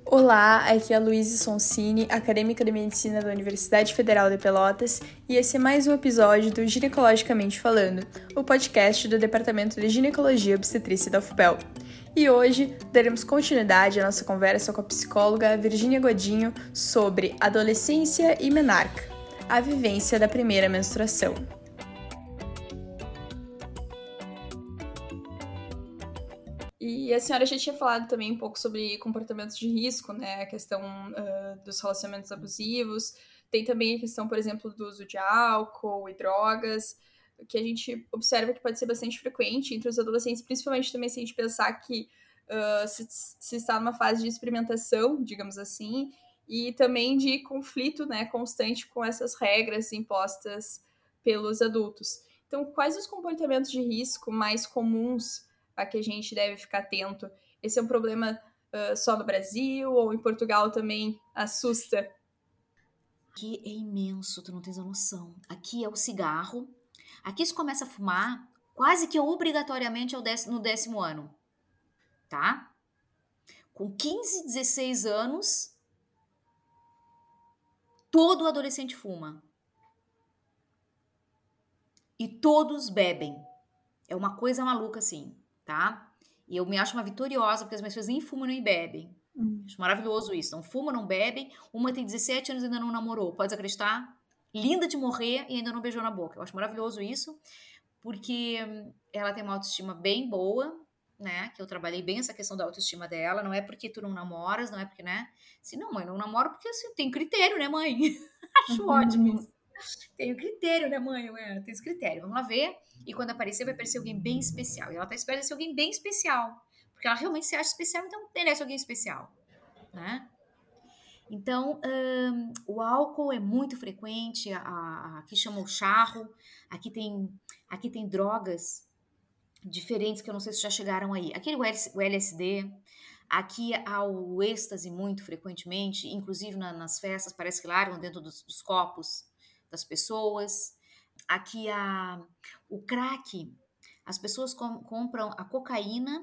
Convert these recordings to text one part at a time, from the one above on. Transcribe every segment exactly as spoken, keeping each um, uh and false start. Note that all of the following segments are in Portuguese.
Olá, aqui é a Luísa Sonsini, acadêmica de Medicina da Universidade Federal de Pelotas, e esse é mais um episódio do Ginecologicamente Falando, o podcast do Departamento de Ginecologia e Obstetrícia da U F P E L. E hoje daremos continuidade à nossa conversa com a psicóloga Virgínia Godinho sobre adolescência e menarca, a vivência da primeira menstruação. E a senhora já tinha falado também um pouco sobre comportamentos de risco, né? A questão uh, dos relacionamentos abusivos. Tem também a questão, por exemplo, do uso de álcool e drogas, que a gente observa que pode ser bastante frequente entre os adolescentes, principalmente também se a gente pensar que uh, se, se está numa fase de experimentação, digamos assim, e também de conflito, né, constante com essas regras impostas pelos adultos. Então, quais os comportamentos de risco mais comuns a que a gente deve ficar atento? Esse é um problema uh, só no Brasil ou em Portugal também assusta? Aqui é imenso, tu não tens a noção. Aqui é o cigarro. Aqui se começa a fumar quase que obrigatoriamente no décimo ano, tá? Com quinze, dezesseis anos, todo adolescente fuma. E todos bebem. É uma coisa maluca assim, tá? E eu me acho uma vitoriosa, porque as minhas pessoas nem fumam nem bebem. Hum. Acho maravilhoso isso. Não fumam, não bebem. Uma tem dezessete anos e ainda não namorou. Pode acreditar? Linda de morrer e ainda não beijou na boca. Eu acho maravilhoso isso, porque ela tem uma autoestima bem boa, né? Que eu trabalhei bem essa questão da autoestima dela. Não é porque tu não namoras, não é porque, né? Se não, mãe, não namoro porque assim, tem critério, né, mãe? Acho uhum. ótimo isso. Tenho critério, né, mãe? Ué, tem esse critério. Vamos lá ver. E quando aparecer, vai aparecer alguém bem especial. E ela tá esperando ser alguém bem especial. Porque ela realmente se acha especial, então merece alguém especial, né? Então, um, o álcool é muito frequente. A, a, aqui chama o charro. Aqui tem, aqui tem drogas diferentes que eu não sei se já chegaram aí. Aqui o L S D. Aqui há o êxtase muito frequentemente. Inclusive na, nas festas, parece que largam dentro dos, dos copos das pessoas. Aqui a, o crack, as pessoas com, compram a cocaína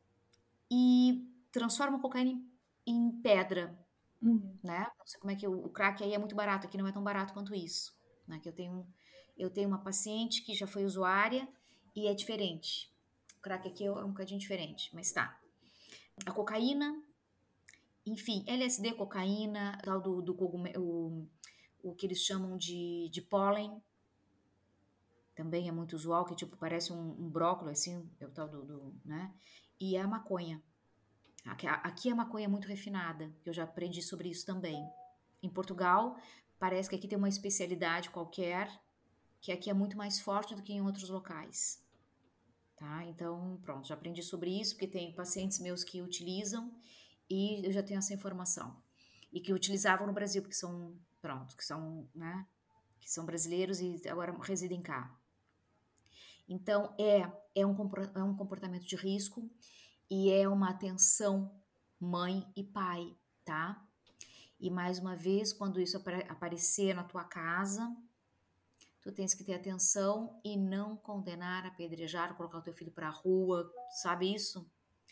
e transformam a cocaína em, em pedra, uhum. né? Não sei como é que o, o crack aí é muito barato, aqui não é tão barato quanto isso, né? Que eu tenho, eu tenho uma paciente que já foi usuária e é diferente. O crack aqui é um bocadinho diferente, mas tá. A cocaína, enfim, L S D, cocaína, tal do, do cogumelo, o, o que eles chamam de, de pólen, também é muito usual, que tipo, parece um, um brócolis, assim, é o tal do, do, né? E é a maconha. Aqui, aqui a maconha é muito refinada, eu já aprendi sobre isso também. Em Portugal, parece que aqui tem uma especialidade qualquer, que aqui é muito mais forte do que em outros locais. Tá? Então, pronto, já aprendi sobre isso, porque tem pacientes meus que utilizam e eu já tenho essa informação. E que utilizavam no Brasil, porque são, pronto, que são, né, que são brasileiros e agora residem cá. Então, é, é, um, é um comportamento de risco e é uma atenção mãe e pai, tá? E mais uma vez, quando isso aparecer na tua casa, tu tens que ter atenção e não condenar, apedrejar, colocar o teu filho pra rua, sabe isso?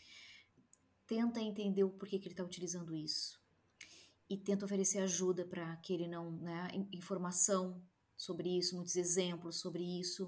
Tenta entender o porquê que ele está utilizando isso. E tenta oferecer ajuda para que ele não, né, informação sobre isso, muitos exemplos sobre isso.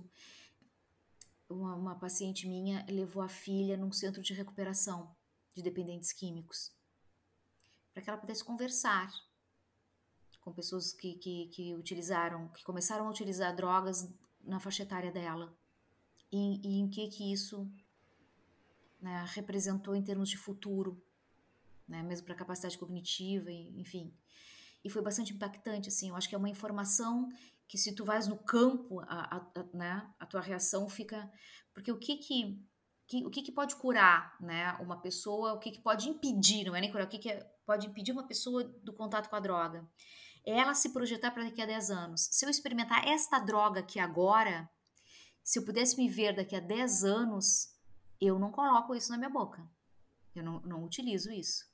Uma, uma paciente minha levou a filha num centro de recuperação de dependentes químicos para que ela pudesse conversar com pessoas que, que, que utilizaram, que começaram a utilizar drogas na faixa etária dela e, e em que que isso, né, representou em termos de futuro, né, mesmo para a capacidade cognitiva, e, enfim. E foi bastante impactante, assim, eu acho que é uma informação que se tu vais no campo, a, a, a, né, a tua reação fica... Porque o que que, que, o que, que pode curar, né, uma pessoa, o que, que pode impedir, não é nem curar, o que, que é, pode impedir uma pessoa do contato com a droga? É ela se projetar para daqui a dez anos. Se eu experimentar esta droga aqui agora, se eu pudesse me ver daqui a dez anos, eu não coloco isso na minha boca. Eu não, não utilizo isso.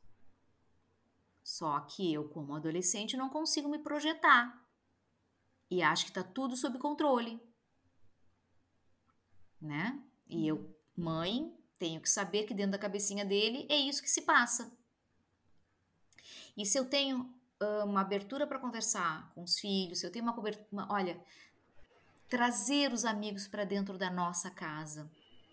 Só que eu, como adolescente, não consigo me projetar. E acho que está tudo sob controle. Né? E eu, mãe, tenho que saber que dentro da cabecinha dele é isso que se passa. E se eu tenho uh, uma abertura para conversar com os filhos, se eu tenho uma cobertura, olha, trazer os amigos para dentro da nossa casa,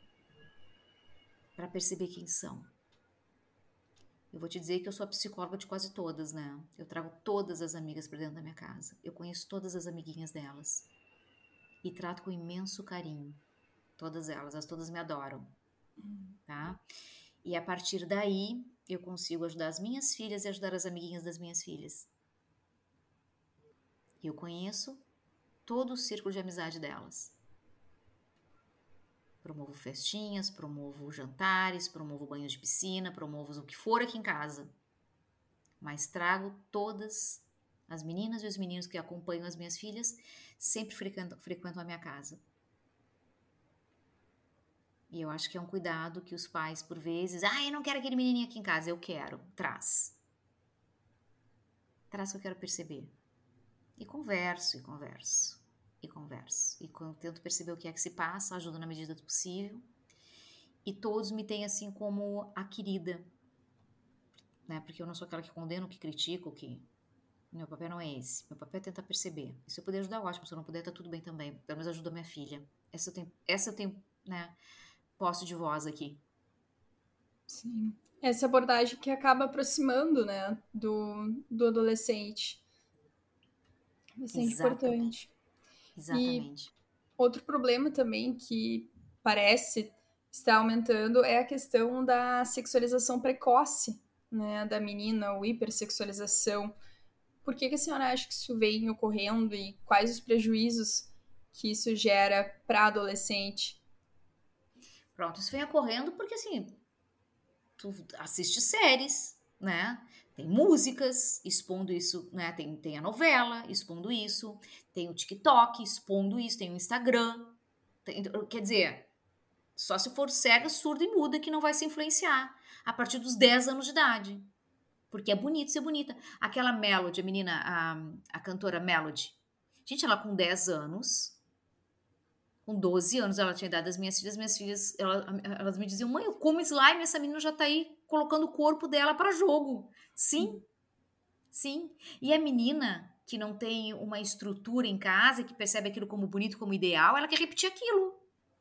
para perceber quem são. Eu vou te dizer que eu sou a psicóloga de quase todas, né? Eu trago todas as amigas para dentro da minha casa. Eu conheço todas as amiguinhas delas. E trato com imenso carinho. Todas elas, elas todas me adoram. Tá? E a partir daí, eu consigo ajudar as minhas filhas e ajudar as amiguinhas das minhas filhas. E eu conheço todo o círculo de amizade delas. Promovo festinhas, promovo jantares, promovo banhos de piscina, promovo o que for aqui em casa. Mas trago todas as meninas e os meninos que acompanham as minhas filhas, sempre frequentam, frequentam a minha casa. E eu acho que é um cuidado que os pais, por vezes, ah, eu não quero aquele menininho aqui em casa, eu quero, traz. Traz que eu quero perceber. E converso, e converso. E converso. E quando eu tento perceber o que é que se passa, ajudo na medida do possível. E todos me têm assim como a querida. Né? Porque eu não sou aquela que condena, que critica, que... Meu papel não é esse. Meu papel é tentar perceber. E se eu puder ajudar, ótimo. Se eu não puder, tá tudo bem também. Pelo menos ajuda a minha filha. Essa eu tenho, essa eu tenho, né, posse de voz aqui. Sim. Essa abordagem que acaba aproximando, né, do, do adolescente. Bastante importante. Exatamente. E outro problema também que parece estar aumentando é a questão da sexualização precoce, né, da menina, ou hipersexualização. Por que, que a senhora acha que isso vem ocorrendo e quais os prejuízos que isso gera para adolescente? Pronto, isso vem ocorrendo porque, assim, tu assiste séries, né? Tem músicas expondo isso, né? Tem, tem a novela expondo isso, tem o TikTok expondo isso, tem o Instagram. Tem, quer dizer, só se for cega, surda e muda que não vai se influenciar a partir dos dez anos de idade. Porque é bonito ser bonita. Aquela Melody, a menina, a, a cantora Melody. Gente, ela com dez anos, com doze anos, ela tinha idade das minhas filhas. Minhas filhas, ela, elas me diziam, mãe, eu como slime, essa menina já tá aí colocando o corpo dela para jogo. Sim, sim. E a menina que não tem uma estrutura em casa, que percebe aquilo como bonito, como ideal, ela quer repetir aquilo.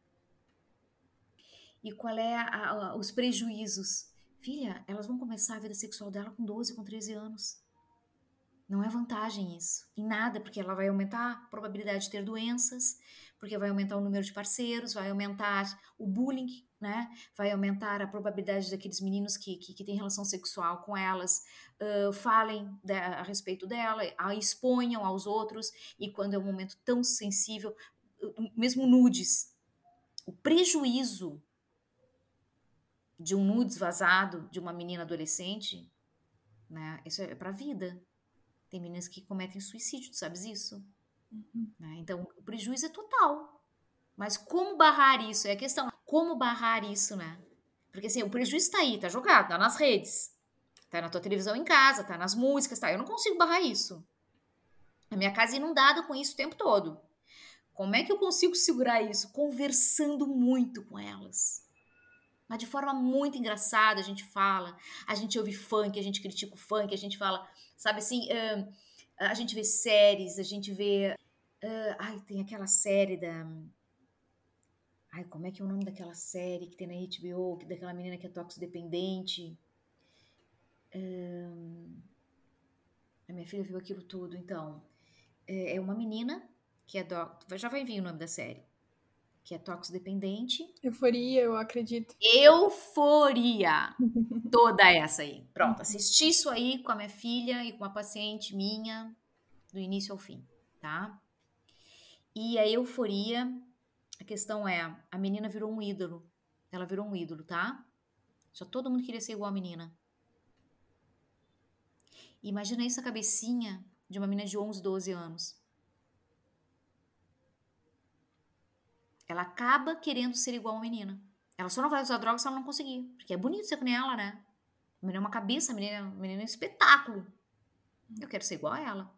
E qual é a, a, os prejuízos? Filha, elas vão começar a vida sexual dela com doze, com treze anos. Não é vantagem isso, em nada, porque ela vai aumentar a probabilidade de ter doenças, porque vai aumentar o número de parceiros, vai aumentar o bullying, né? Vai aumentar a probabilidade daqueles meninos que, que, que têm relação sexual com elas, uh, falem de, a respeito dela, a exponham aos outros, e quando é um momento tão sensível, mesmo nudes, o prejuízo de um nudes vazado de uma menina adolescente, né? Isso é para a vida. Tem meninas que cometem suicídio, tu sabes isso? Uhum. Né? Então, o prejuízo é total. Mas como barrar isso? É a questão. Como barrar isso, né? Porque assim, o prejuízo tá aí, tá jogado, tá nas redes. Tá na tua televisão em casa, tá nas músicas, tá? Eu não consigo barrar isso. A minha casa é inundada com isso o tempo todo. Como é que eu consigo segurar isso? Conversando muito com elas. Mas de forma muito engraçada, a gente fala, a gente ouve funk, a gente critica o funk, a gente fala, sabe assim, uh, a gente vê séries, a gente vê... Uh, ai, tem aquela série da... Ai, como é que é o nome daquela série que tem na H B O, que daquela menina que é toxidependente? Uh, a minha filha viu aquilo tudo, então. É, é uma menina que é... Do... Já vai vir o nome da série. Que é toxidependente. Euforia, eu acredito. Euforia! Toda essa aí. Pronto, assisti isso aí com a minha filha e com uma paciente minha, do início ao fim, tá? E a euforia, a questão é, a menina virou um ídolo. Ela virou um ídolo, tá? Já todo mundo queria ser igual a menina. Imagina isso a cabecinha de uma menina de onze, doze anos. Ela acaba querendo ser igual a uma menina. Ela só não vai usar drogas se ela não conseguir. Porque é bonito ser que nem ela, né? A menina é uma cabeça, a menina, a menina é um espetáculo. Eu quero ser igual a ela.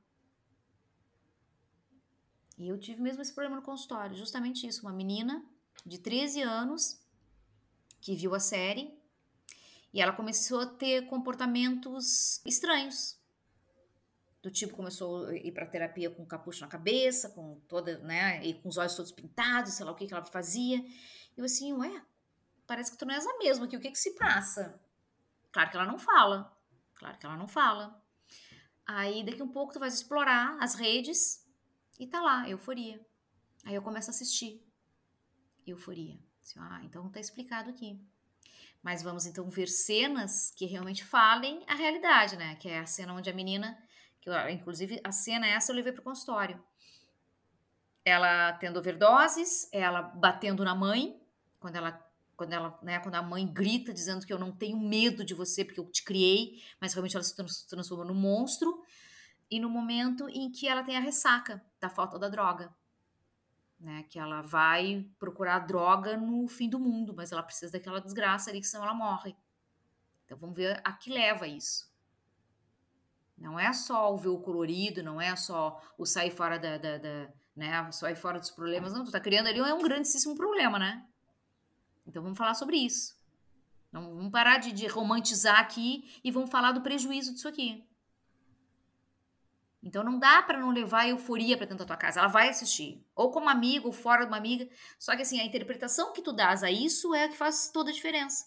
E eu tive mesmo esse problema no consultório. Justamente isso. Uma menina de treze anos que viu a série E ela começou a ter comportamentos estranhos. Do tipo, começou a ir pra terapia com um capucho na cabeça, com toda, né, e com os olhos todos pintados, sei lá o que que ela fazia. Eu assim, ué, parece que tu não és a mesma aqui, o que que se passa? Claro que ela não fala, claro que ela não fala. Aí daqui um pouco tu vais explorar as redes e tá lá, euforia. Aí eu começo a assistir. Euforia. Assim, ah, então tá explicado aqui. Mas vamos então ver cenas que realmente falem a realidade, né? Que é a cena onde a menina, que eu, inclusive a cena essa eu levei pro consultório. Ela tendo overdoses, ela batendo na mãe, quando ela, quando ela, né, quando a mãe grita dizendo que eu não tenho medo de você porque eu te criei, mas realmente ela se trans- transforma num monstro. E no momento em que ela tem a ressaca da falta da droga, né? Que ela vai procurar droga no fim do mundo, mas ela precisa daquela desgraça ali, que senão ela morre. Então vamos ver a que leva isso. Não é só o ver o colorido, não é só o sair fora da, da, da né? Sair fora dos problemas. Não, tu tá criando ali é um grandíssimo problema, né? Então vamos falar sobre isso. Não, vamos parar de, de romantizar aqui e vamos falar do prejuízo disso aqui. Então não dá para não levar a euforia para dentro da tua casa. Ela vai assistir, ou como amigo, ou fora de uma amiga. Só que assim, a interpretação que tu dás a isso é a que faz toda a diferença.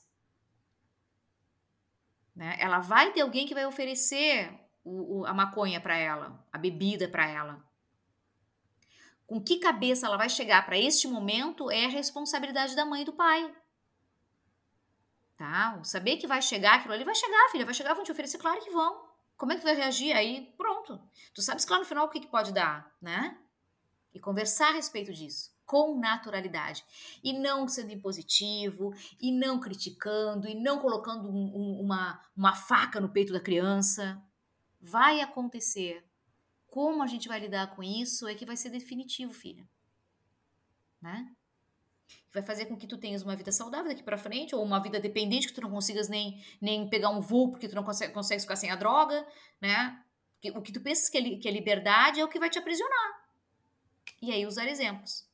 Né? Ela vai ter alguém que vai oferecer o, o, a maconha para ela, a bebida para ela. Com que cabeça ela vai chegar para este momento é a responsabilidade da mãe e do pai. Tá? O saber que vai chegar, aquilo ali vai chegar, filha, vai chegar, vão te oferecer, claro que vão. Como é que tu vai reagir? Aí, pronto. Tu sabes que lá no final o que, que pode dar, né? E conversar a respeito disso, com naturalidade. E não sendo impositivo, e não criticando, e não colocando um, um, uma, uma faca no peito da criança. Vai acontecer. Como a gente vai lidar com isso é que vai ser definitivo, filha. Né? Vai fazer com que tu tenhas uma vida saudável daqui pra frente, ou uma vida dependente, que tu não consigas nem, nem pegar um voo porque tu não consegue, consegue ficar sem a droga, né? O que tu pensas que é, que é liberdade é o que vai te aprisionar. E aí usar exemplos.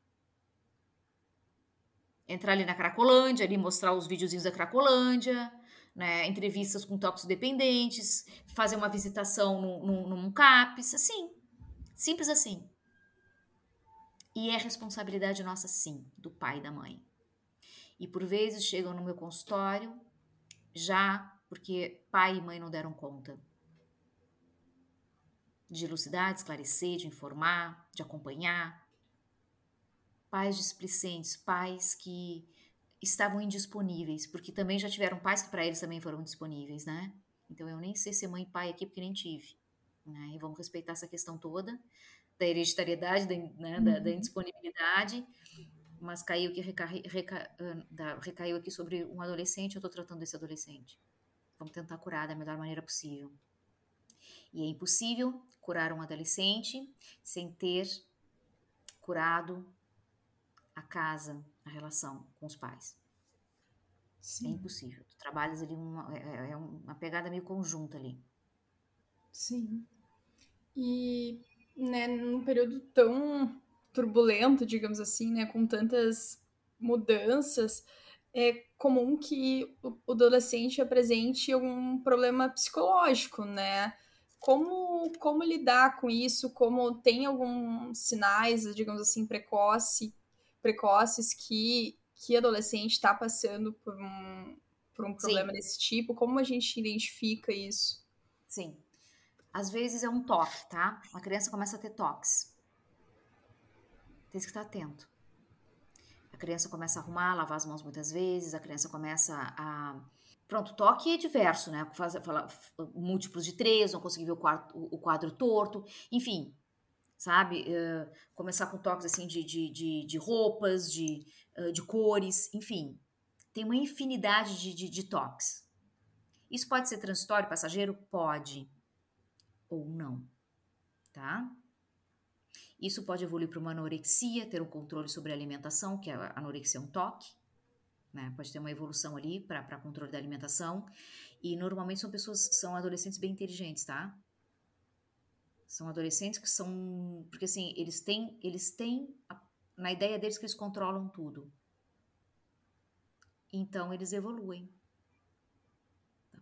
Entrar ali na Cracolândia, ali mostrar os videozinhos da Cracolândia, né? Entrevistas com toxicodependentes, fazer uma visitação num, num, num CAPS, assim. Simples assim. E é responsabilidade nossa, sim, do pai e da mãe. E por vezes chegam no meu consultório já porque pai e mãe não deram conta de elucidar, de esclarecer, de informar, de acompanhar. Pais displicentes, pais que estavam indisponíveis, porque também já tiveram pais que para eles também foram indisponíveis, né? Então eu nem sei ser mãe e pai aqui porque nem tive. Né? E vamos respeitar essa questão toda da hereditariedade, da, né, da, da indisponibilidade, mas caiu, que reca, reca, da, recaiu aqui sobre um adolescente, eu estou tratando desse adolescente. Vamos tentar curar da melhor maneira possível. E é impossível curar um adolescente sem ter curado a casa, a relação com os pais. Sim. É impossível. Tu trabalhas ali, uma, é, é uma pegada meio conjunta ali. Sim. E, né, num período tão turbulento, digamos assim, né, com tantas mudanças, é comum que o adolescente apresente algum problema psicológico, né? Como, como lidar com isso? Como tem alguns sinais, digamos assim, precoce, precoces que, que adolescente está passando por um, por um problema Sim. desse tipo? Como a gente identifica isso? Sim. Às vezes é um toque, tá? A criança começa a ter toques. Tem que estar atento. A criança começa a arrumar, lavar as mãos muitas vezes, a criança começa a... Pronto, toque é diverso, né? Faz, fala, múltiplos de três, não conseguir ver o quadro, o quadro torto, enfim, sabe? Uh, começar com toques assim de, de, de, de roupas, de, uh, de cores, enfim. Tem uma infinidade de, de, de toques. Isso pode ser transitório, passageiro? Pode. Ou não, tá? Isso pode evoluir para uma anorexia, ter um controle sobre a alimentação, que a anorexia é um toque, né? Pode ter uma evolução ali para controle da alimentação. E normalmente são pessoas, são adolescentes bem inteligentes, tá? São adolescentes que são, porque assim, eles têm, eles têm a, na ideia deles que eles controlam tudo. Então eles evoluem.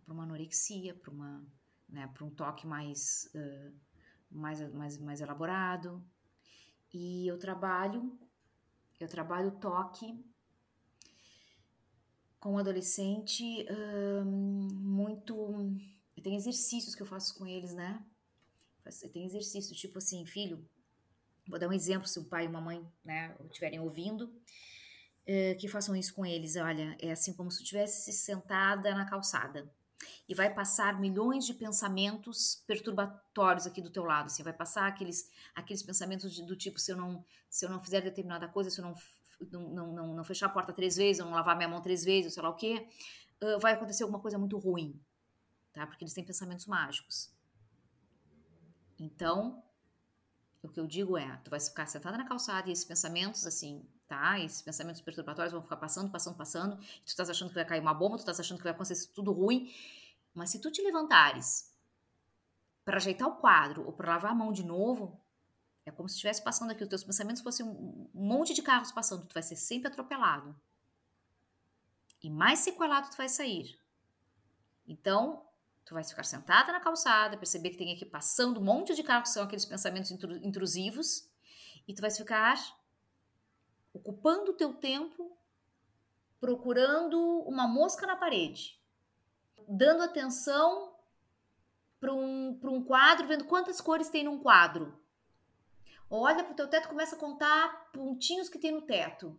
para uma anorexia, para uma, né, para um toque mais, uh, mais, mais, mais elaborado. E eu trabalho, eu trabalho toque com um adolescente hum, muito... Tem exercícios que eu faço com eles, né? Tem exercícios, tipo assim, filho, vou dar um exemplo, se um pai e uma mãe, né, estiverem ouvindo, é, que façam isso com eles. Olha, é assim como se tu estivesse sentada na calçada e vai passar milhões de pensamentos perturbatórios aqui do teu lado, assim, vai passar aqueles, aqueles pensamentos de, do tipo, se eu, não, se eu não fizer determinada coisa, se eu não, não, não, não fechar a porta três vezes, ou não lavar minha mão três vezes, ou sei lá o quê, uh, vai acontecer alguma coisa muito ruim, tá? Porque eles têm pensamentos mágicos. Então, o que eu digo é, tu vai ficar sentada na calçada e esses pensamentos, assim, tá? Esses pensamentos perturbatórios vão ficar passando, passando, passando, e tu estás achando que vai cair uma bomba, tu estás achando que vai acontecer tudo ruim, mas se tu te levantares para ajeitar o quadro ou para lavar a mão de novo, é como se estivesse passando aqui, os teus pensamentos fossem um monte de carros passando, tu vai ser sempre atropelado. E mais sequelado tu vai sair. Então, tu vai ficar sentada na calçada, perceber que tem aqui passando um monte de carros, que são aqueles pensamentos intrusivos, e tu vai ficar ocupando o teu tempo procurando uma mosca na parede, dando atenção para um, para um quadro, vendo quantas cores tem num quadro. Olha para o teu teto e começa a contar pontinhos que tem no teto.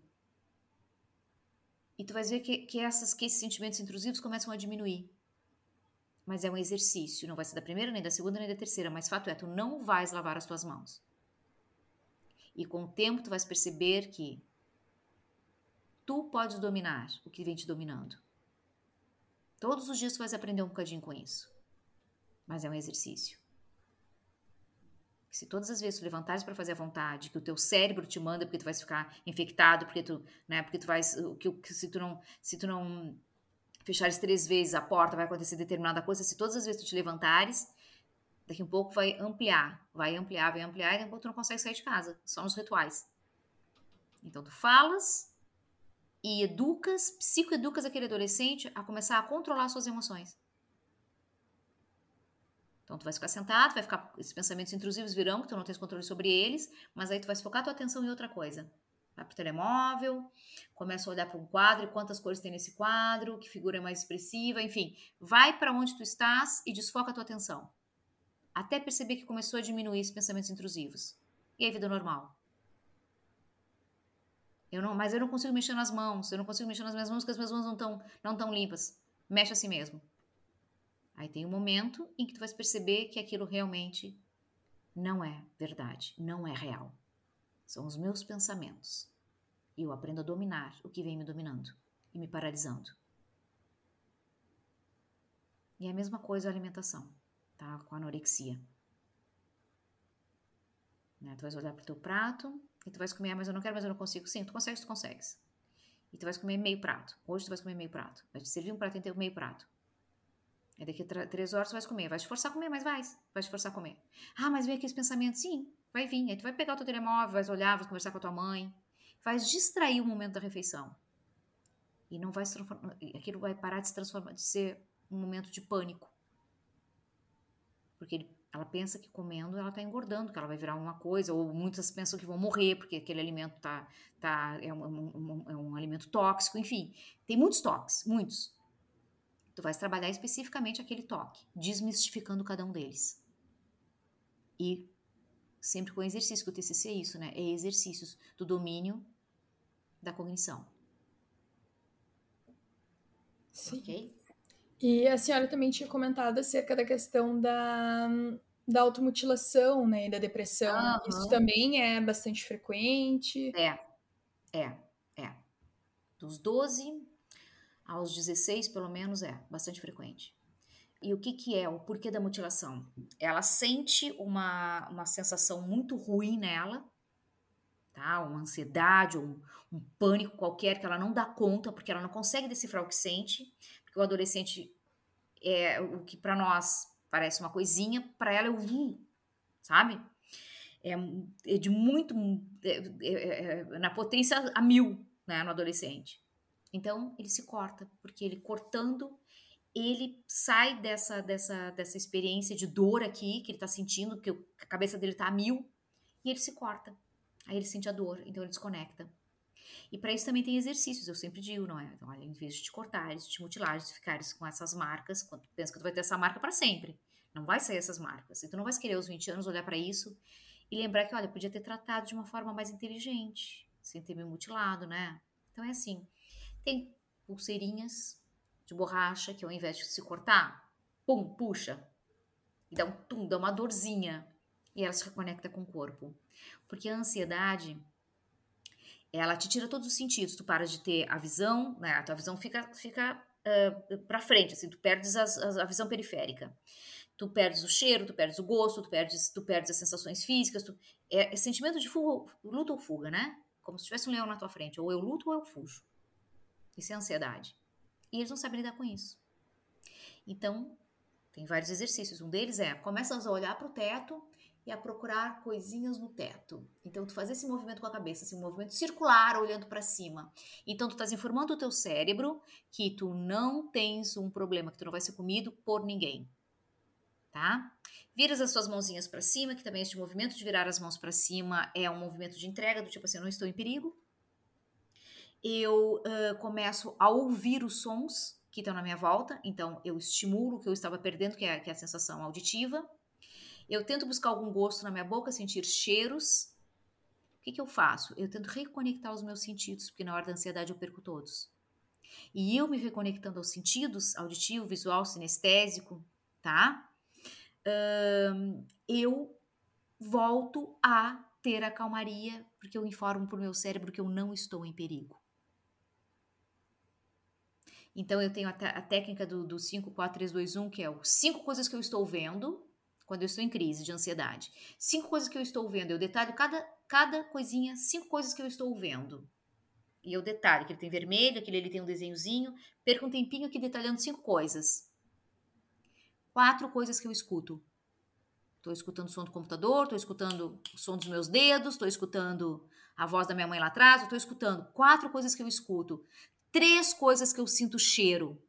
E tu vai ver que, que, essas, que esses sentimentos intrusivos começam a diminuir. Mas é um exercício, não vai ser da primeira, nem da segunda, nem da terceira, mas fato é, tu não vais lavar as tuas mãos. E com o tempo tu vais perceber que tu podes dominar o que vem te dominando. Todos os dias tu vais aprender um bocadinho com isso. Mas é um exercício. Se todas as vezes tu levantares para fazer a vontade, que o teu cérebro te manda porque tu vais ficar infectado, porque tu, né, porque tu vais, que, que se tu não, se tu não fechares três vezes a porta, vai acontecer determinada coisa. Se todas as vezes tu te levantares, daqui a um pouco vai ampliar, vai ampliar, vai ampliar, e daqui a pouco tu não consegue sair de casa, só nos rituais. Então tu falas e educas, psicoeducas aquele adolescente a começar a controlar suas emoções. Então, tu vai ficar sentado, vai ficar, esses pensamentos intrusivos virão, que tu não tens controle sobre eles, mas aí tu vai focar tua atenção em outra coisa. Vai pro telemóvel, começa a olhar para um quadro, e quantas cores tem nesse quadro, que figura é mais expressiva, enfim. Vai para onde tu estás e desfoca a tua atenção. Até perceber que começou a diminuir esses pensamentos intrusivos. E aí, vida normal. Eu não, mas eu não consigo mexer nas mãos, eu não consigo mexer nas minhas mãos, porque as minhas mãos não estão não tão limpas. Mexe assim mesmo. Aí tem um momento em que tu vai perceber que aquilo realmente não é verdade, não é real. São os meus pensamentos. E eu aprendo a dominar o que vem me dominando e me paralisando. E é a mesma coisa a alimentação, tá? Com a anorexia. Né? Tu vais olhar pro teu prato e tu vais comer, ah, mas eu não quero, mas eu não consigo. Sim, tu consegues, tu consegues. E tu vais comer meio prato. Hoje tu vais comer meio prato. Vai te servir um prato inteiro, meio prato. É daqui a três horas tu vais comer. Vai te forçar a comer, mas vai. Vai te forçar a comer. Ah, mas vem aqui esse pensamento. Sim, vai vir. Aí tu vai pegar o teu telemóvel, vais olhar, vais conversar com a tua mãe. Vais distrair o momento da refeição. E não vai se transformar... Aquilo vai parar de se transformar, de ser um momento de pânico. Porque ele, ela pensa que comendo ela está engordando, que ela vai virar uma coisa. Ou muitas pensam que vão morrer, porque aquele alimento tá, tá, é, um, um, um, é um alimento tóxico. Enfim, tem muitos toques, muitos. Tu vais trabalhar especificamente aquele toque, desmistificando cada um deles. E sempre com exercício, que o T C C é isso, né? É exercícios do domínio da cognição. Sim. Ok? E a senhora também tinha comentado acerca da questão da, da automutilação, né? E da depressão. Uhum. Isso também é bastante frequente? É, é, é. Dos doze aos dezesseis, pelo menos, é bastante frequente. E o que que é o porquê da mutilação? Ela sente uma, uma sensação muito ruim nela, tá? Uma ansiedade, um, um pânico qualquer que ela não dá conta, porque ela não consegue decifrar o que sente, porque o adolescente é o que para nós parece uma coisinha, para ela é o uh, sabe? É, é de muito, é, é, é, na potência a mil, né, no adolescente. Então, ele se corta, porque ele cortando, ele sai dessa, dessa, dessa experiência de dor aqui, que ele tá sentindo, que a cabeça dele tá a mil, e ele se corta. Aí ele sente a dor, então ele desconecta. E para isso também tem exercícios, eu sempre digo, não é? Então, olha, em vez de te cortares, de te mutilares, de ficares com essas marcas, quando tu pensa que tu vai ter essa marca para sempre, não vai sair essas marcas. E tu não vai querer aos vinte anos olhar para isso e lembrar que, olha, podia ter tratado de uma forma mais inteligente, sem ter me mutilado, né? Então é assim, tem pulseirinhas de borracha que ao invés de se cortar, pum, puxa, e dá um tum, dá uma dorzinha, e ela se reconecta com o corpo. Porque a ansiedade, ela te tira todos os sentidos, tu para de ter a visão, né? A tua visão fica, fica uh, para frente, assim, tu perdes as, as, a visão periférica. Tu perdes o cheiro, tu perdes o gosto, tu perdes, tu perdes as sensações físicas. Tu, é, é sentimento de fuga, luta ou fuga, né? Como se tivesse um leão na tua frente. Ou eu luto ou eu fujo. Isso é ansiedade. E eles não sabem lidar com isso. Então, tem vários exercícios. Um deles é, começa a olhar para o teto e a procurar coisinhas no teto. Então, tu faz esse movimento com a cabeça, esse movimento circular, olhando para cima. Então, tu estás informando o teu cérebro que tu não tens um problema, que tu não vai ser comido por ninguém. Tá? Viras as suas mãozinhas para cima, que também este movimento de virar as mãos para cima é um movimento de entrega, do tipo assim, eu não estou em perigo. Eu uh, começo a ouvir os sons que estão na minha volta, então eu estimulo o que eu estava perdendo, que é, que é a sensação auditiva. Eu tento buscar algum gosto na minha boca, sentir cheiros. O que, que eu faço? Eu tento reconectar os meus sentidos, porque na hora da ansiedade eu perco todos. E eu me reconectando aos sentidos, auditivo, visual, sinestésico, tá? Um, eu volto a ter a calmaria, porque eu informo para o meu cérebro que eu não estou em perigo. Então, eu tenho a, a técnica do, do cinco, quatro, três, dois, um, que é o cinco coisas que eu estou vendo quando eu estou em crise de ansiedade. Cinco coisas que eu estou vendo. Eu detalho cada, cada coisinha, cinco coisas que eu estou vendo. E eu detalho, que ele tem vermelho, aquele ali tem um desenhozinho. Perco um tempinho aqui detalhando cinco coisas. Quatro coisas que eu escuto. Estou escutando o som do computador, estou escutando o som dos meus dedos, estou escutando a voz da minha mãe lá atrás, estou escutando quatro coisas que eu escuto. Três coisas que eu sinto cheiro.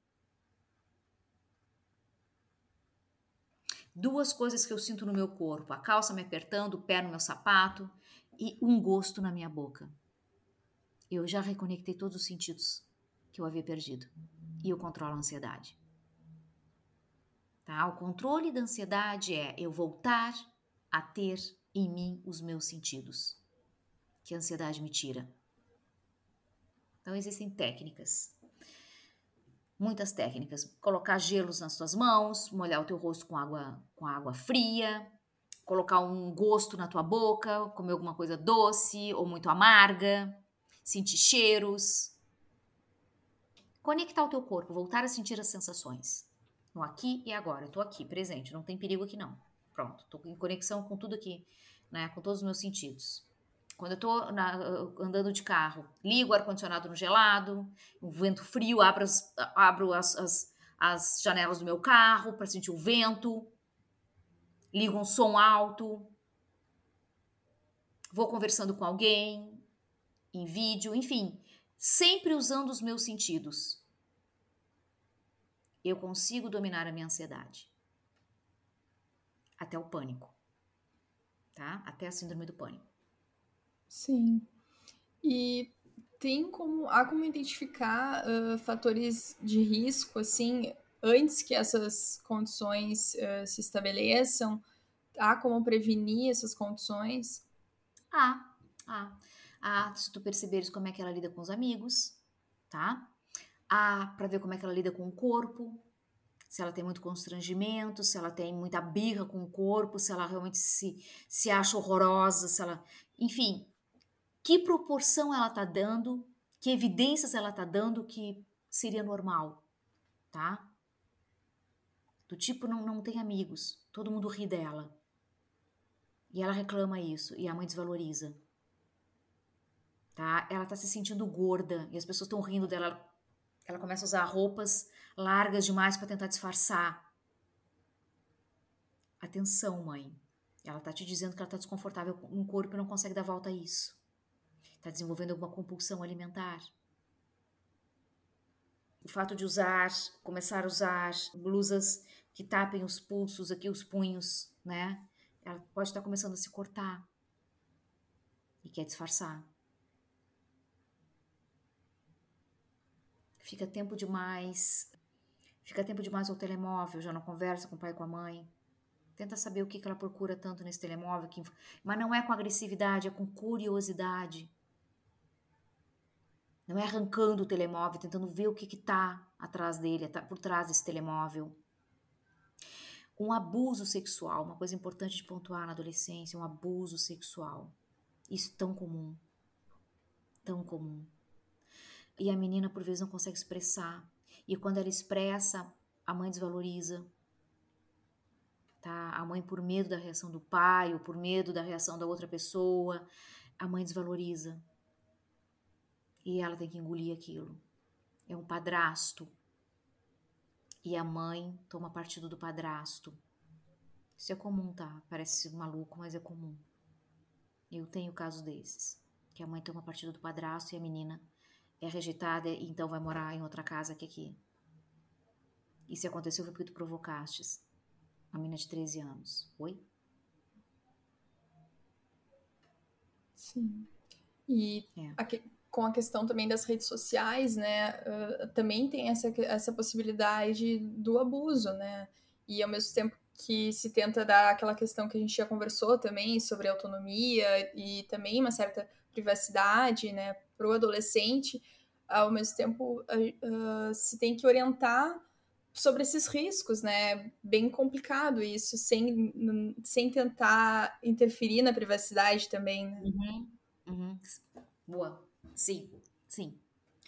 Duas coisas que eu sinto no meu corpo. A calça me apertando, o pé no meu sapato e um gosto na minha boca. Eu já reconectei todos os sentidos que eu havia perdido. E eu controlo a ansiedade. Tá? O controle da ansiedade é eu voltar a ter em mim os meus sentidos. Que a ansiedade me tira. Então, existem técnicas. Muitas técnicas. Colocar gelos nas suas mãos, molhar o teu rosto com água, com água fria, colocar um gosto na tua boca, comer alguma coisa doce ou muito amarga, sentir cheiros. Conectar o teu corpo, voltar a sentir as sensações. No aqui e agora. Eu tô aqui, presente, não tem perigo aqui não. Pronto, tô em conexão com tudo aqui, né? Com todos os meus sentidos. Quando eu tô na, andando de carro, ligo o ar-condicionado no gelado, o vento frio, abro as, abro as, as, as janelas do meu carro para sentir o vento, ligo um som alto, vou conversando com alguém, em vídeo, enfim, sempre usando os meus sentidos. Eu consigo dominar a minha ansiedade. Até o pânico, tá? Até a síndrome do pânico. Sim. E tem como, há como identificar uh, fatores de risco, assim, antes que essas condições uh, se estabeleçam? Há como prevenir essas condições? Ah, ah, ah, se tu perceberes como é que ela lida com os amigos, tá? Ah, para ver como é que ela lida com o corpo, se ela tem muito constrangimento, se ela tem muita birra com o corpo, se ela realmente se, se acha horrorosa, se ela... Enfim, que proporção ela tá dando, que evidências ela tá dando que seria normal, tá? Do tipo, não, não tem amigos, todo mundo ri dela. E ela reclama isso, e a mãe desvaloriza. Tá? Ela tá se sentindo gorda, e as pessoas estão rindo dela. Ela, ela começa a usar roupas largas demais para tentar disfarçar. Atenção, mãe. Ela tá te dizendo que ela tá desconfortável no corpo e não consegue dar volta a isso. Tá desenvolvendo alguma compulsão alimentar. o fato de usar, começar a usar blusas que tapem os pulsos, aqui os punhos, né? Ela pode estar começando a se cortar e quer disfarçar. Fica tempo demais, fica tempo demais ao telemóvel, já não conversa com o pai e com a mãe. Tenta saber o que ela procura tanto nesse telemóvel, que... mas não é com agressividade, é com curiosidade. Não é arrancando o telemóvel, tentando ver o que está atrás dele, por trás desse telemóvel. Um abuso sexual, uma coisa importante de pontuar na adolescência, um abuso sexual. Isso é tão comum, tão comum. E a menina, por vezes, não consegue expressar. E quando ela expressa, a mãe desvaloriza. Tá? A mãe, por medo da reação do pai, ou por medo da reação da outra pessoa, a mãe desvaloriza. E ela tem que engolir aquilo. É um padrasto. E a mãe toma partido do padrasto. Isso é comum, tá? Parece maluco, mas é comum. Eu tenho casos desses. Que a mãe toma partido do padrasto e a menina é rejeitada e então vai morar em outra casa que aqui. E se aconteceu foi porque tu provocastes. Uma menina de treze anos. Oi? Sim. E É. aqui, com a questão também das redes sociais, né, uh, também tem essa, essa possibilidade do abuso, né, e ao mesmo tempo que se tenta dar aquela questão que a gente já conversou também sobre autonomia e também uma certa privacidade, né, para o adolescente, ao mesmo tempo uh, uh, se tem que orientar sobre esses riscos, né, bem complicado isso, sem, sem tentar interferir na privacidade também, né. Uhum. Uhum. Boa. Sim, sim.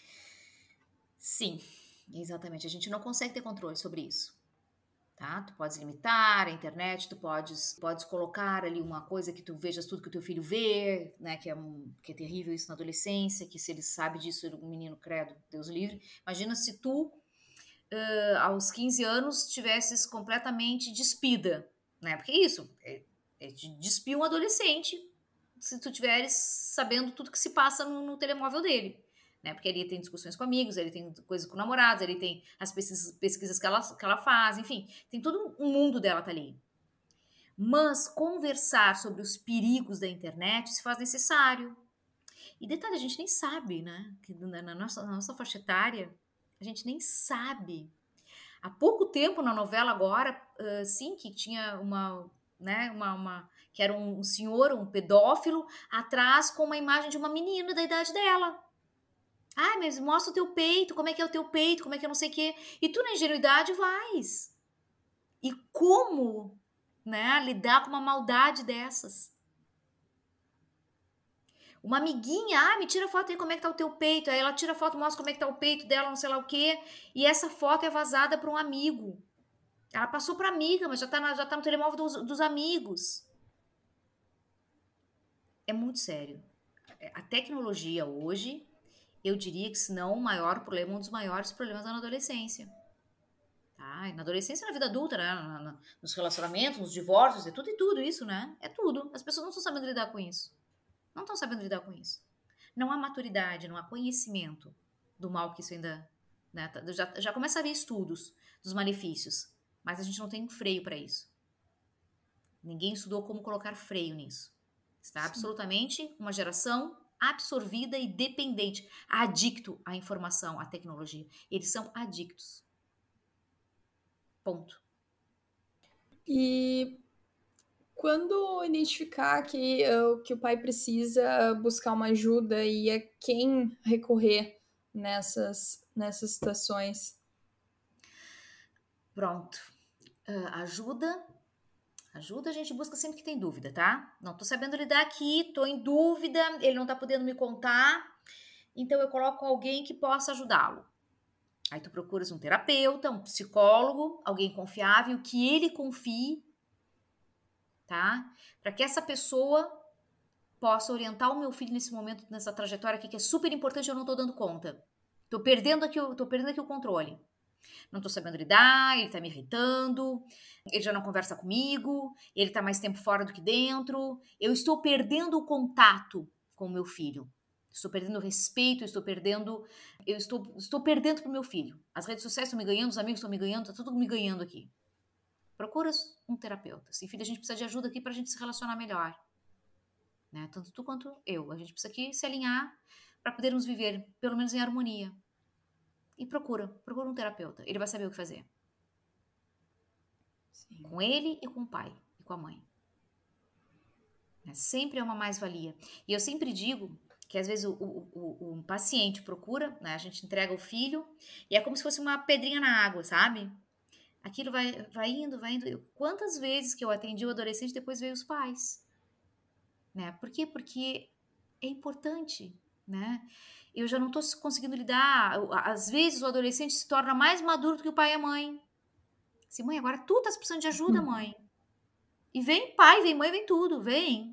Sim, exatamente. A gente não consegue ter controle sobre isso. Tá? Tu podes limitar a internet, tu podes, podes colocar ali uma coisa que tu vejas tudo que o teu filho vê, né? Que é, um, que é terrível isso na adolescência, que se ele sabe disso, ele, um menino credo, Deus livre. Imagina se tu, uh, aos quinze anos, tivesses completamente despida, né? Porque isso, é, é despir um adolescente se tu tiveres sabendo tudo que se passa no, no telemóvel dele. Né? Porque ele tem discussões com amigos, ele tem coisas com namorados, ele tem as pesquisas, pesquisas que, ela, que ela faz, enfim, tem todo um mundo dela tá ali. Mas conversar sobre os perigos da internet se faz necessário. E detalhe, a gente nem sabe, né? Que na nossa, na nossa faixa etária, a gente nem sabe. Há pouco tempo na novela agora, uh, sim, que tinha uma, né, uma, uma, que era um senhor, um pedófilo, atrás com uma imagem de uma menina da idade dela. Ah, mas mostra o teu peito, como é que é o teu peito, como é que eu não sei o quê. E tu, na ingenuidade, vais. E como, né, lidar com uma maldade dessas? Uma amiguinha, ah, me tira foto aí como é que tá o teu peito. Aí ela tira foto, mostra como é que tá o peito dela, não sei lá o quê. E essa foto é vazada para um amigo. Ela passou para amiga, mas já tá, na, já tá no telemóvel dos, dos amigos. É muito sério. A tecnologia hoje, eu diria que se não o maior problema, um dos maiores problemas da adolescência. Tá? E na adolescência e na vida adulta, né? Na, na, nos relacionamentos, nos divórcios, é tudo e tudo isso, né? É tudo. As pessoas não estão sabendo lidar com isso. Não estão sabendo lidar com isso. Não há maturidade, não há conhecimento do mal que isso ainda... Né? Já, já começa a haver estudos dos malefícios, mas a gente não tem um freio para isso. Ninguém estudou como colocar freio nisso. Está absolutamente uma geração absorvida e dependente, adicto à informação, à tecnologia. Eles são adictos. Ponto. E quando identificar que, uh, que o pai precisa buscar uma ajuda e a quem recorrer nessas, nessas situações? Pronto. Uh, ajuda. Ajuda a gente busca sempre que tem dúvida, tá? Não tô sabendo lidar aqui, tô em dúvida, ele não tá podendo me contar, então eu coloco alguém que possa ajudá-lo. Aí tu procuras um terapeuta, um psicólogo, alguém confiável, que ele confie, tá? Para que essa pessoa possa orientar o meu filho nesse momento, nessa trajetória aqui, que é super importante, eu não tô dando conta. Tô perdendo aqui, tô perdendo aqui o controle. Não tô sabendo lidar, ele tá me irritando, ele já não conversa comigo, ele tá mais tempo fora do que dentro, eu estou perdendo o contato com o meu filho. Estou perdendo respeito, estou perdendo... Eu estou, estou perdendo pro meu filho. As redes sociais estão me ganhando, os amigos estão me ganhando, tá tudo me ganhando aqui. Procura um terapeuta. Se filho, a gente precisa de ajuda aqui pra gente se relacionar melhor. Né? Tanto tu quanto eu. A gente precisa aqui se alinhar para podermos viver, pelo menos em harmonia. E procura, procura um terapeuta. Ele vai saber o que fazer. Sim. Com ele e com o pai e com a mãe. É, sempre é uma mais-valia. E eu sempre digo que às vezes o, o, o, o paciente procura, né? A gente entrega o filho e é como se fosse uma pedrinha na água, sabe? Aquilo vai, vai indo, vai indo. Quantas vezes que eu atendi o adolescente, depois veio os pais. Né? Por quê? Porque é importante, né? Eu já não estou conseguindo lidar. Às vezes o adolescente se torna mais maduro do que o pai e a mãe. Assim, mãe, agora tu estás precisando de ajuda, mãe. E vem pai, vem mãe, vem tudo, vem.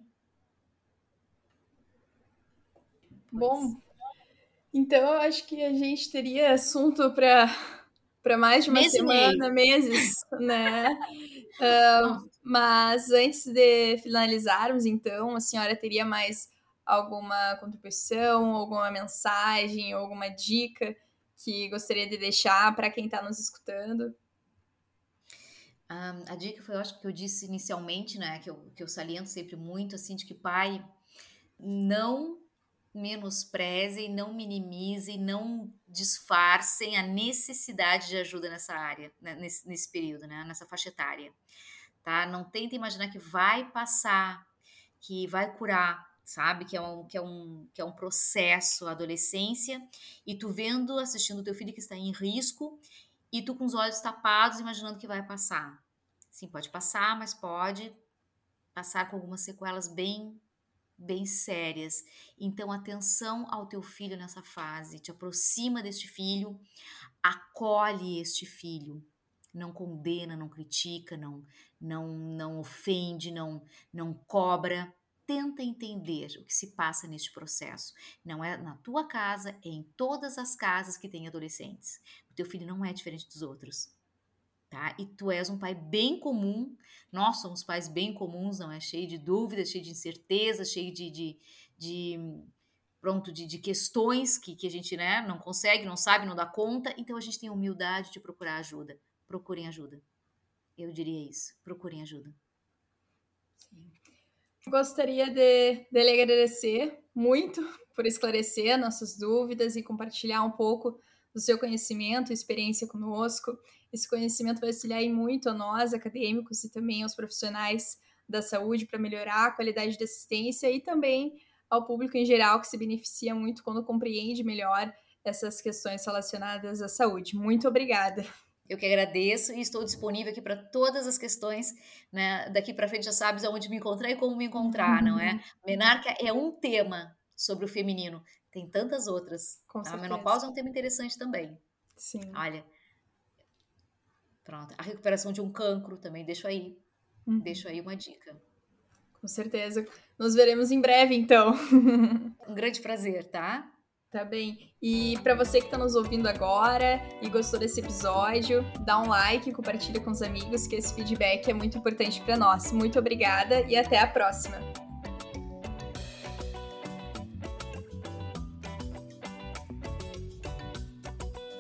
Bom, então eu acho que a gente teria assunto para para mais de uma Mês semana, meses, né? uh, mas antes de finalizarmos, então, a senhora teria mais alguma contribuição, alguma mensagem, alguma dica que gostaria de deixar para quem está nos escutando? Um, a dica foi, eu acho que eu disse inicialmente, né, que eu, que eu saliento sempre muito, assim, de que pai não menosprezem, não minimizem, não disfarcem a necessidade de ajuda nessa área, né, nesse, nesse período, né, nessa faixa etária, tá? Não tenta imaginar que vai passar, que vai curar, sabe? Que é um, que é um, que é um processo, a adolescência, e tu vendo, assistindo o teu filho que está em risco, e tu com os olhos tapados, imaginando que vai passar. Sim, pode passar, mas pode passar com algumas sequelas bem bem sérias. Então, atenção ao teu filho nessa fase. Te aproxima deste filho, acolhe este filho. Não condena, não critica, não, não, não ofende, não, não cobra. Tenta entender o que se passa neste processo. Não é na tua casa, é em todas as casas que tem adolescentes. O teu filho não é diferente dos outros. Tá? E tu és um pai bem comum, nós somos pais bem comuns, não é? Cheio de dúvidas, cheio de incertezas, cheio de, de, de pronto, de, de questões que, que a gente, né, não consegue, não sabe, não dá conta, então a gente tem a humildade de procurar ajuda. Procurem ajuda. Eu diria isso, procurem ajuda. Sim. Gostaria de, de lhe agradecer muito por esclarecer nossas dúvidas e compartilhar um pouco do seu conhecimento e experiência conosco. Esse conhecimento vai auxiliar muito a nós, acadêmicos, e também aos profissionais da saúde para melhorar a qualidade da assistência e também ao público em geral, que se beneficia muito quando compreende melhor essas questões relacionadas à saúde. Muito obrigada. Eu que agradeço e estou disponível aqui para todas as questões, né? Daqui para frente já sabes aonde me encontrar e como me encontrar, não é? Menarca é um tema sobre o feminino. Tem tantas outras. Com a certeza. menopausa é um tema interessante também. Sim. Olha, pronto. A recuperação de um cancro também, deixo aí. Uhum. Deixo aí uma dica. Com certeza. Nos veremos em breve, então. Um grande prazer, tá? Tá bem. E para você que está nos ouvindo agora e gostou desse episódio, dá um like, compartilha com os amigos, que esse feedback é muito importante para nós. Muito obrigada e até a próxima.